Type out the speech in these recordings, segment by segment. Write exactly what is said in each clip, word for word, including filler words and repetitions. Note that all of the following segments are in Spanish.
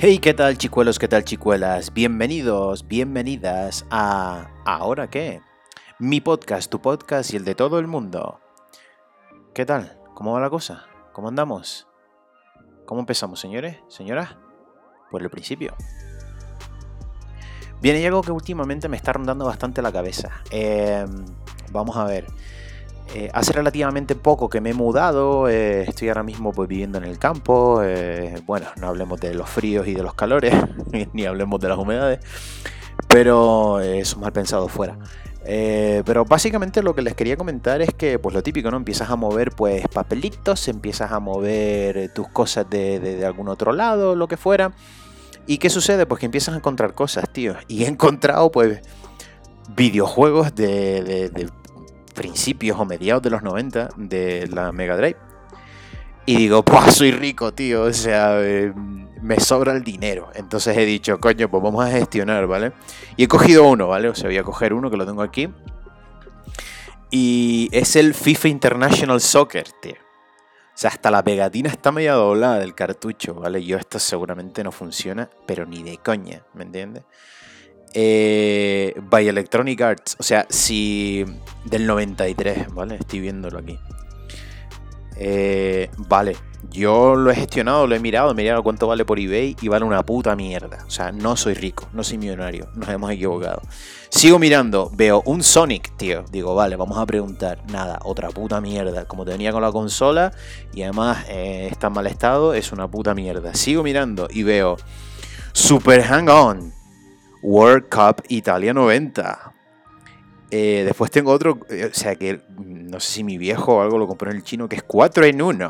Hey, ¿qué tal, chicuelos? ¿Qué tal, chicuelas? Bienvenidos, bienvenidas a ¿Ahora qué? Mi podcast, tu podcast y el de todo el mundo. ¿Qué tal? ¿Cómo va la cosa? ¿Cómo andamos? ¿Cómo empezamos, señores? ¿Señoras? Por el principio. Bien, hay algo que últimamente me está rondando bastante la cabeza. Eh, vamos a ver. Eh, hace relativamente poco que me he mudado, eh, estoy ahora mismo pues, viviendo en el campo, eh, bueno, no hablemos de los fríos y de los calores, ni hablemos de las humedades, pero eh, eso mal pensado fuera. Eh, pero básicamente lo que les quería comentar es que, pues lo típico, ¿no? Empiezas a mover pues papelitos, empiezas a mover tus cosas de, de, de algún otro lado, lo que fuera. ¿Y qué sucede? Pues que empiezas a encontrar cosas, tío. Y he encontrado pues videojuegos de... de, de principios o mediados de los noventa de la Mega Drive. Y digo, pues soy rico, tío. O sea, eh, me sobra el dinero. Entonces he dicho, coño, pues vamos a gestionar, ¿vale? Y he cogido uno, ¿vale? O sea, voy a coger uno que lo tengo aquí. Y es el FIFA International Soccer, tío. O sea, hasta la pegatina está media doblada del cartucho, ¿vale? Yo esto seguramente no funciona, pero ni de coña, ¿me entiendes? Eh, by Electronic Arts, o sea, si del noventa y tres, ¿vale? Estoy viéndolo aquí. Eh, vale, yo lo he gestionado, lo he mirado, he mirado cuánto vale por eBay y vale una puta mierda. O sea, no soy rico, no soy millonario, nos hemos equivocado. Sigo mirando, veo un Sonic, tío. Digo, vale, vamos a preguntar. Nada, otra puta mierda. Como te venía con la consola y además eh, está en mal estado, es una puta mierda. Sigo mirando y veo Super Hang-On World Cup Italia noventa. Eh, después tengo otro, eh, o sea que no sé si mi viejo o algo lo compró en el chino, que es cuatro en uno.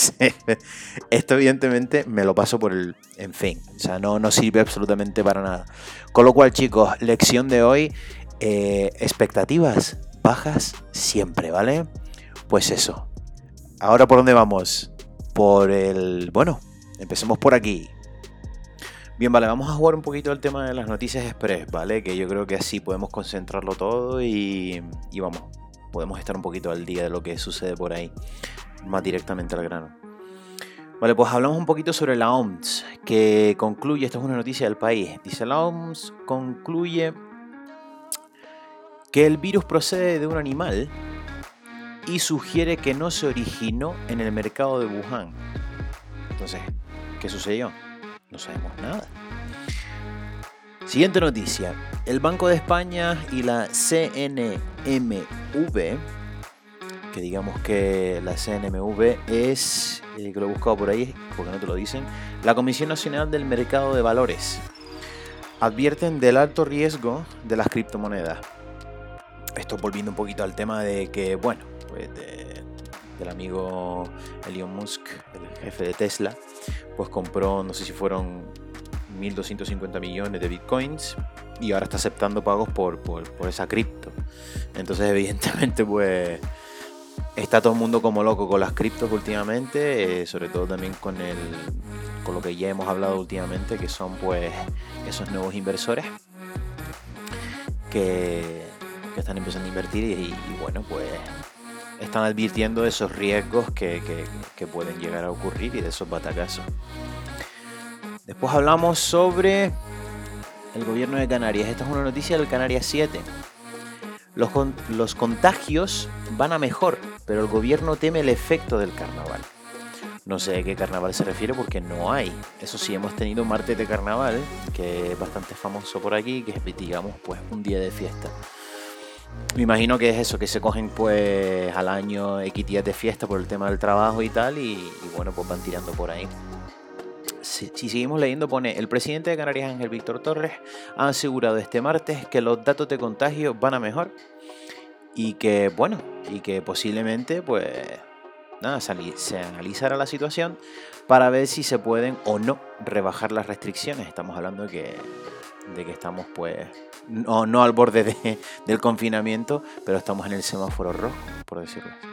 Esto evidentemente me lo paso por el... En fin, o sea, no, no sirve absolutamente para nada. Con lo cual, chicos, lección de hoy, eh, expectativas bajas siempre, ¿vale? Pues eso. Ahora, ¿por dónde vamos? Por el... Bueno, empecemos por aquí. Bien, vale, vamos a jugar un poquito el tema de las noticias express, ¿vale? Que yo creo que así podemos concentrarlo todo y, y vamos, podemos estar un poquito al día de lo que sucede por ahí, más directamente al grano. Vale, pues hablamos un poquito sobre la O M S, que concluye, esta es una noticia del país, dice la O M S concluye que el virus procede de un animal y sugiere que no se originó en el mercado de Wuhan. Entonces, ¿qué sucedió? No sabemos nada. Siguiente noticia. El Banco de España y la C N M V, que digamos que la C N M V es, eh, que lo he buscado por ahí porque no te lo dicen, la Comisión Nacional del Mercado de Valores, advierten del alto riesgo de las criptomonedas. Esto volviendo un poquito al tema de que, bueno, pues de, del amigo Elon Musk, el jefe de Tesla, pues compró, no sé si fueron mil doscientos cincuenta millones de bitcoins y ahora está aceptando pagos por, por, por esa cripto. Entonces, evidentemente, pues está todo el mundo como loco con las criptos últimamente, eh, sobre todo también con el con lo que ya hemos hablado últimamente, que son pues esos nuevos inversores que, que están empezando a invertir y, y bueno, pues están advirtiendo de esos riesgos que, que, que pueden llegar a ocurrir y de esos batacazos. Después hablamos sobre el gobierno de Canarias. Esta es una noticia del Canarias siete. Los, con, los contagios van a mejor, pero el gobierno teme el efecto del carnaval. No sé a qué carnaval se refiere porque no hay. Eso sí, hemos tenido un martes de carnaval, que es bastante famoso por aquí, que es, digamos, pues un día de fiesta. Me imagino que es eso, que se cogen pues al año X días de fiesta por el tema del trabajo y tal, y, y bueno, pues van tirando por ahí. Si, si seguimos leyendo, pone: el presidente de Canarias, Ángel Víctor Torres, ha asegurado este martes que los datos de contagio van a mejor y que, bueno, y que posiblemente pues nada, se, se analizará la situación para ver si se pueden o no rebajar las restricciones. Estamos hablando de que, de que estamos pues no, no al borde de, del confinamiento, pero estamos en el semáforo rojo, por decirlo así.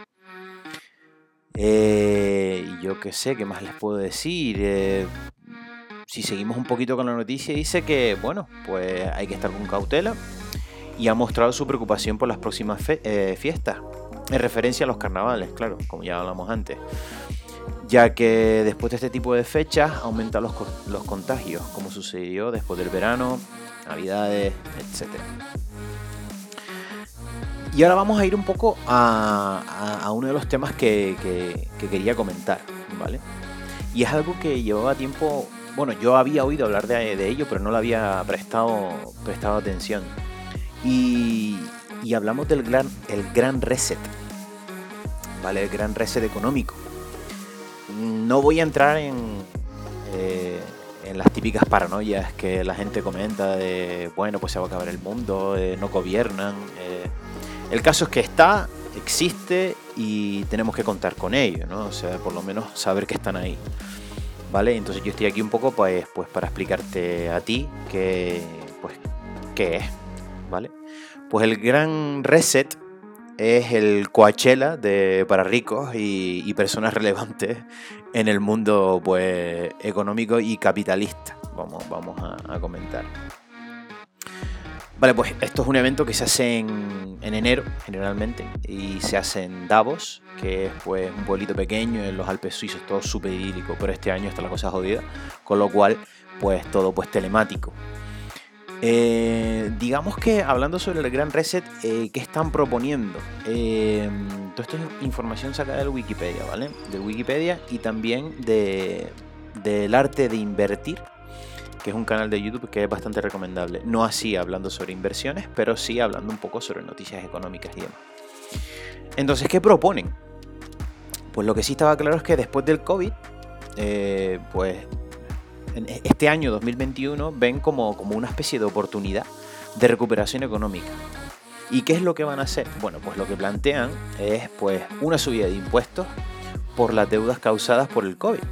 Eh, y yo qué sé, ¿qué más les puedo decir? Eh, si seguimos un poquito con la noticia, dice que, bueno, pues hay que estar con cautela y ha mostrado su preocupación por las próximas fe- eh, fiestas, en referencia a los carnavales, claro, como ya hablamos antes. ya que después de este tipo de fechas aumentan los, los contagios, como sucedió después del verano, navidades, etcétera. Y ahora vamos a ir un poco a, a, a uno de los temas que, que, que quería comentar, ¿vale? Y es algo que llevaba tiempo, bueno, yo había oído hablar de, de ello, pero no le había prestado, prestado atención. Y, y hablamos del gran, el gran reset, ¿vale? El gran reset económico. No voy a entrar en, eh, en las típicas paranoias que la gente comenta de, bueno, pues se va a acabar el mundo, eh, no gobiernan. Eh. El caso es que está, existe y tenemos que contar con ello, ¿no? O sea, por lo menos saber que están ahí, ¿vale? Entonces yo estoy aquí un poco pues, pues para explicarte a ti qué, pues, qué es, ¿vale? Pues el gran reset es el Coachella de, para ricos y, y personas relevantes en el mundo pues, económico y capitalista. Vamos, vamos a, a comentar. Vale, pues esto es un evento que se hace en, en enero, generalmente, y se hace en Davos, que es pues un pueblito pequeño en los Alpes suizos, todo súper idílico, pero este año está la cosa jodida, con lo cual, pues todo pues telemático. Eh, digamos que hablando sobre el Gran Reset, eh, ¿qué están proponiendo? Eh, todo esto es información sacada del Wikipedia, ¿vale? De Wikipedia y también de, del arte de invertir, que es un canal de YouTube que es bastante recomendable. No así hablando sobre inversiones, pero sí hablando un poco sobre noticias económicas y demás. Entonces, ¿qué proponen? Pues lo que sí estaba claro es que después del COVID, eh, pues en este año dos mil veintiuno ven como, como una especie de oportunidad de recuperación económica. ¿Y qué es lo que van a hacer? Bueno, pues lo que plantean es pues una subida de impuestos por las deudas causadas por el COVID.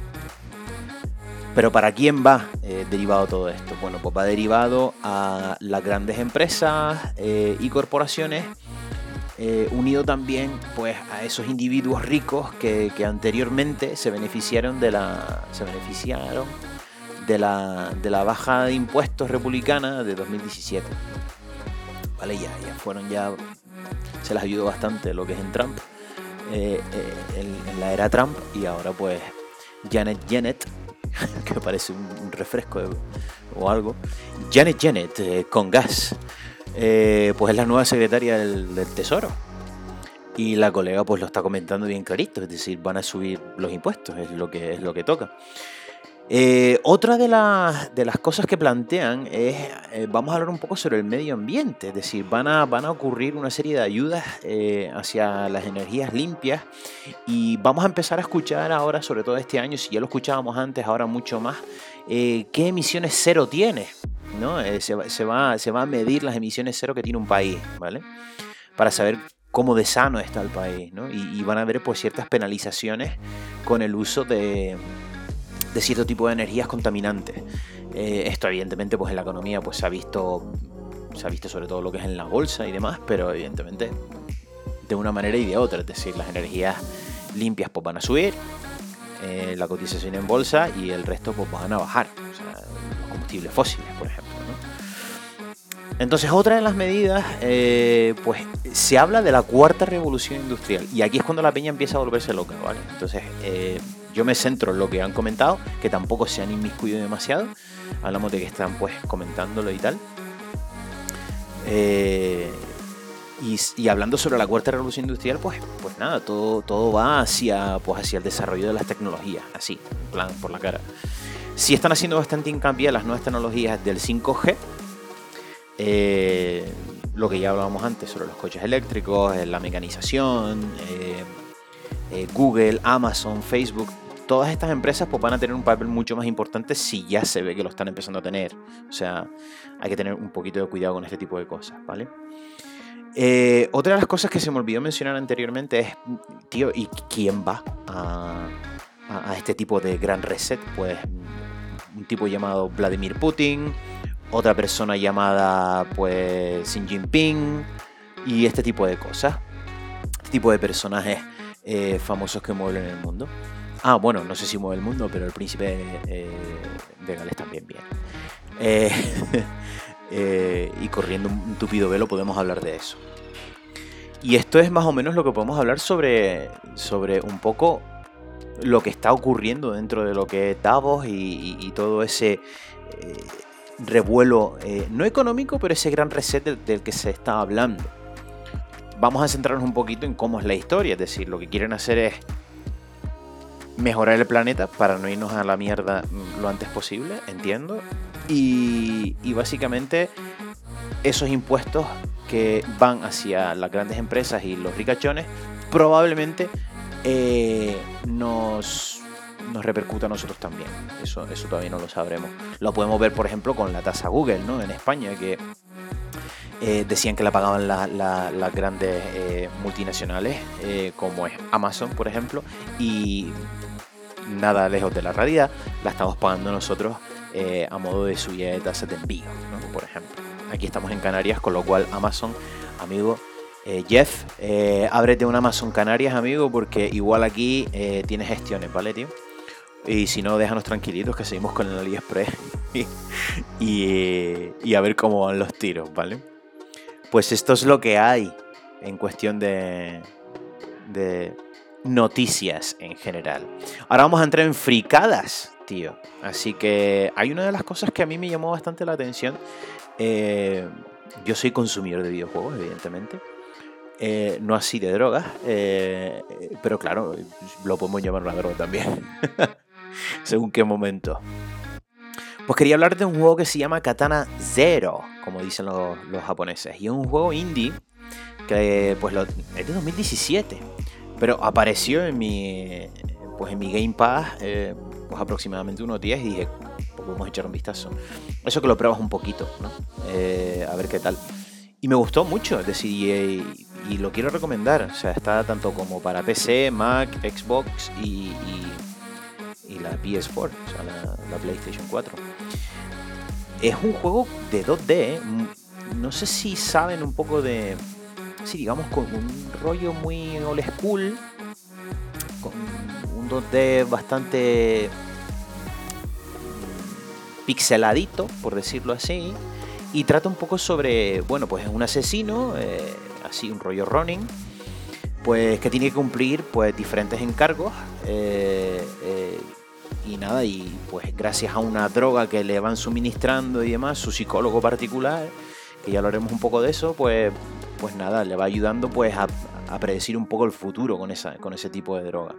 Pero ¿para quién va eh, derivado todo esto? Bueno, pues va derivado a las grandes empresas eh, y corporaciones, eh, unido también pues a esos individuos ricos que, que anteriormente se beneficiaron de la se beneficiaron de la, de la baja de impuestos republicana de dos mil diecisiete. Vale, ya, ya fueron ya, se les ayudó bastante lo que es en Trump, eh, eh, en, en la era Trump, y ahora pues Janet Janet, que parece un, un refresco de, o algo, Janet Janet eh, con gas, eh, pues es la nueva secretaria del, del Tesoro. Y la colega pues lo está comentando bien clarito, es decir, van a subir los impuestos, es lo que, es lo que toca. Eh, otra de, la, de las cosas que plantean es, eh, vamos a hablar un poco sobre el medio ambiente, es decir, van a, van a ocurrir una serie de ayudas eh, hacia las energías limpias, y vamos a empezar a escuchar ahora, sobre todo este año, si ya lo escuchábamos antes, ahora mucho más, eh, qué emisiones cero tiene, ¿no? Eh, se, va, se, va, se va a medir las emisiones cero que tiene un país, ¿vale? Para saber cómo de sano está el país, ¿no? Y, y van a haber pues ciertas penalizaciones con el uso de... de cierto tipo de energías contaminantes. Eh, esto evidentemente pues en la economía pues se ha visto se ha visto sobre todo lo que es en la bolsa y demás, pero evidentemente de una manera y de otra, es decir, las energías limpias pues van a subir, eh, la cotización en bolsa, y el resto pues van a bajar, o sea, los combustibles fósiles, por ejemplo, ¿no? Entonces, otra de las medidas, eh, pues se habla de la cuarta revolución industrial, y aquí es cuando la peña empieza a volverse loca, ¿vale? Entonces, eh, yo me centro en lo que han comentado, que tampoco se han inmiscuido demasiado. Hablamos de que están pues comentándolo y tal. Eh, y, y hablando sobre la cuarta revolución industrial, pues, pues nada, todo, todo va hacia, pues hacia el desarrollo de las tecnologías, así, en plan, por la cara. Sí están haciendo bastante hincapié en las nuevas tecnologías del cinco G, eh, lo que ya hablábamos antes sobre los coches eléctricos, la mecanización, eh, eh, Google, Amazon, Facebook. Todas estas empresas pues, van a tener un papel mucho más importante si ya se ve que lo están empezando a tener. O sea, hay que tener un poquito de cuidado con este tipo de cosas, ¿vale? Eh, otra de las cosas que se me olvidó mencionar anteriormente es, tío, ¿y quién va a, a, a este tipo de gran reset? Pues un tipo llamado Vladimir Putin, otra persona llamada pues Xi Jinping y este tipo de cosas. Este tipo de personajes eh, famosos que mueven el mundo. Ah, bueno, no sé si mueve el mundo, pero el príncipe eh, de Gales también viene. Eh, eh, y corriendo un tupido velo podemos hablar de eso. Y esto es más o menos lo que podemos hablar sobre, sobre un poco lo que está ocurriendo dentro de lo que es Davos y, y, y todo ese eh, revuelo, eh, no económico, pero ese gran reset del, del que se está hablando. Vamos a centrarnos un poquito en cómo es la historia, es decir, lo que quieren hacer es mejorar el planeta para no irnos a la mierda lo antes posible, entiendo, y, y básicamente esos impuestos que van hacia las grandes empresas y los ricachones probablemente eh, nos, nos repercuta a nosotros también. Eso, eso todavía no lo sabremos. Lo podemos ver, por ejemplo, con la tasa Google, ¿no? En España, que eh, decían que la pagaban la, la, las grandes eh, multinacionales, eh, como es Amazon, por ejemplo, y nada lejos de la realidad, la estamos pagando nosotros eh, a modo de subida de tasas de envío, ¿no? Por ejemplo. Aquí estamos en Canarias, con lo cual Amazon, amigo, eh, Jeff, eh, ábrete un Amazon Canarias, amigo, porque igual aquí eh, tienes gestiones, ¿vale, tío? Y si no, déjanos tranquilitos que seguimos con el AliExpress y, y, y a ver cómo van los tiros, ¿vale? Pues esto es lo que hay en cuestión de, de noticias en general. Ahora vamos a entrar en fricadas, tío. Así que hay una de las cosas que a mí me llamó bastante la atención. Eh, yo soy consumidor de videojuegos, evidentemente. Eh, no así de drogas, eh, pero claro, lo podemos llamar una droga también. Según qué momento. Pues quería hablar de un juego que se llama Katana Zero, como dicen los, los japoneses. Y es un juego indie que pues lo, es de dos mil diecisiete, pero apareció en mi, pues en mi Game Pass eh, pues aproximadamente unos días y dije, pues vamos a echar un vistazo. Eso que lo pruebas un poquito, ¿no? Eh, a ver qué tal. Y me gustó mucho, es decir, y, y lo quiero recomendar. O sea, está tanto como para P C, Mac, Xbox y, y, y la P S cuatro, o sea, la, la PlayStation cuatro. Es un juego de dos D, ¿eh? No sé si saben un poco de... Sí, digamos con un rollo muy old school, con un dos D bastante pixeladito, por decirlo así, y trata un poco sobre, bueno, pues es un asesino, eh, así un rollo Ronin, pues que tiene que cumplir pues diferentes encargos, eh, eh, y nada, y pues gracias a una droga que le van suministrando y demás, su psicólogo particular, que ya hablaremos un poco de eso, pues, pues nada, le va ayudando pues a, a predecir un poco el futuro con, esa, con ese tipo de droga.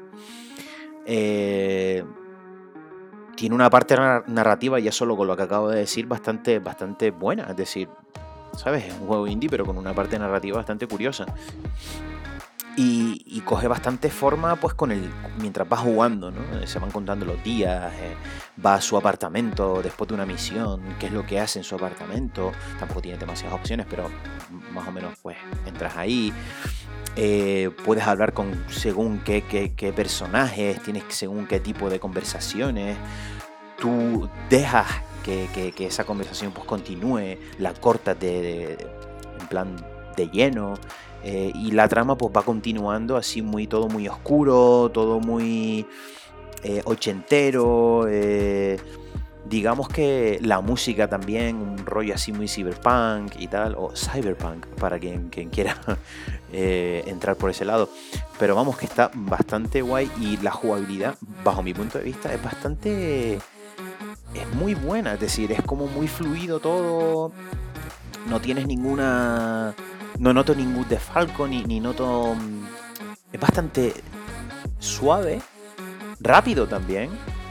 Eh, tiene una parte narrativa, ya solo con lo que acabo de decir, bastante, bastante buena, es decir, ¿sabes? Es un juego indie, pero con una parte narrativa bastante curiosa. Y, y coge bastante forma pues con el mientras vas jugando, ¿no? Se van contando los días, eh, va a su apartamento después de una misión, qué es lo que hace en su apartamento. Tampoco tiene demasiadas opciones, pero más o menos pues entras ahí. Eh, puedes hablar con según qué, qué, qué personajes, tienes según qué tipo de conversaciones. Tú dejas que, que, que esa conversación pues continúe, la cortas de, de, en plan de lleno. Eh, y la trama pues va continuando así muy todo muy oscuro, todo muy eh, ochentero, eh, digamos que la música también, un rollo así muy cyberpunk y tal, o cyberpunk para quien, quien quiera eh, entrar por ese lado, pero vamos que está bastante guay y la jugabilidad bajo mi punto de vista es bastante, es muy buena, es decir, es como muy fluido todo, no tienes ninguna... No noto ningún desfalco, ni, ni noto... Es bastante suave, rápido también.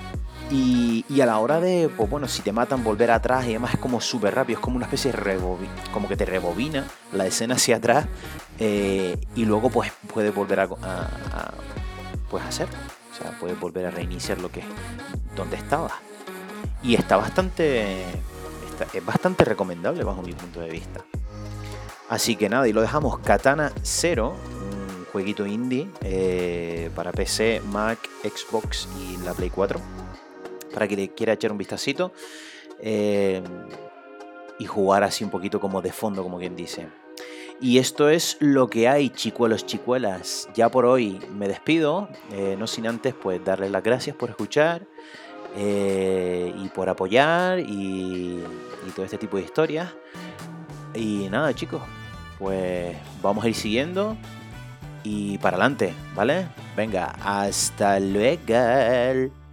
Y, y a la hora de, pues bueno, si te matan, volver atrás y demás es como súper rápido. Es como una especie de rebobina, como que te rebobina la escena hacia atrás. Eh, y luego pues puedes volver a, a, a pues hacer. O sea, puedes volver a reiniciar lo que es donde estabas. Y está bastante... Está, es bastante recomendable bajo mi punto de vista. Así que nada, y lo dejamos. Katana Zero, un jueguito indie eh, para P C, Mac, Xbox y la Play cuatro, para que le quiera echar un vistacito eh, y jugar así un poquito como de fondo, como quien dice. Y esto es lo que hay, chicuelos, chicuelas. Ya por hoy me despido, eh, no sin antes pues darles las gracias por escuchar eh, y por apoyar y, y todo este tipo de historias. Y nada, chicos, pues vamos a ir siguiendo. y para adelante, ¿vale? Venga, hasta luego.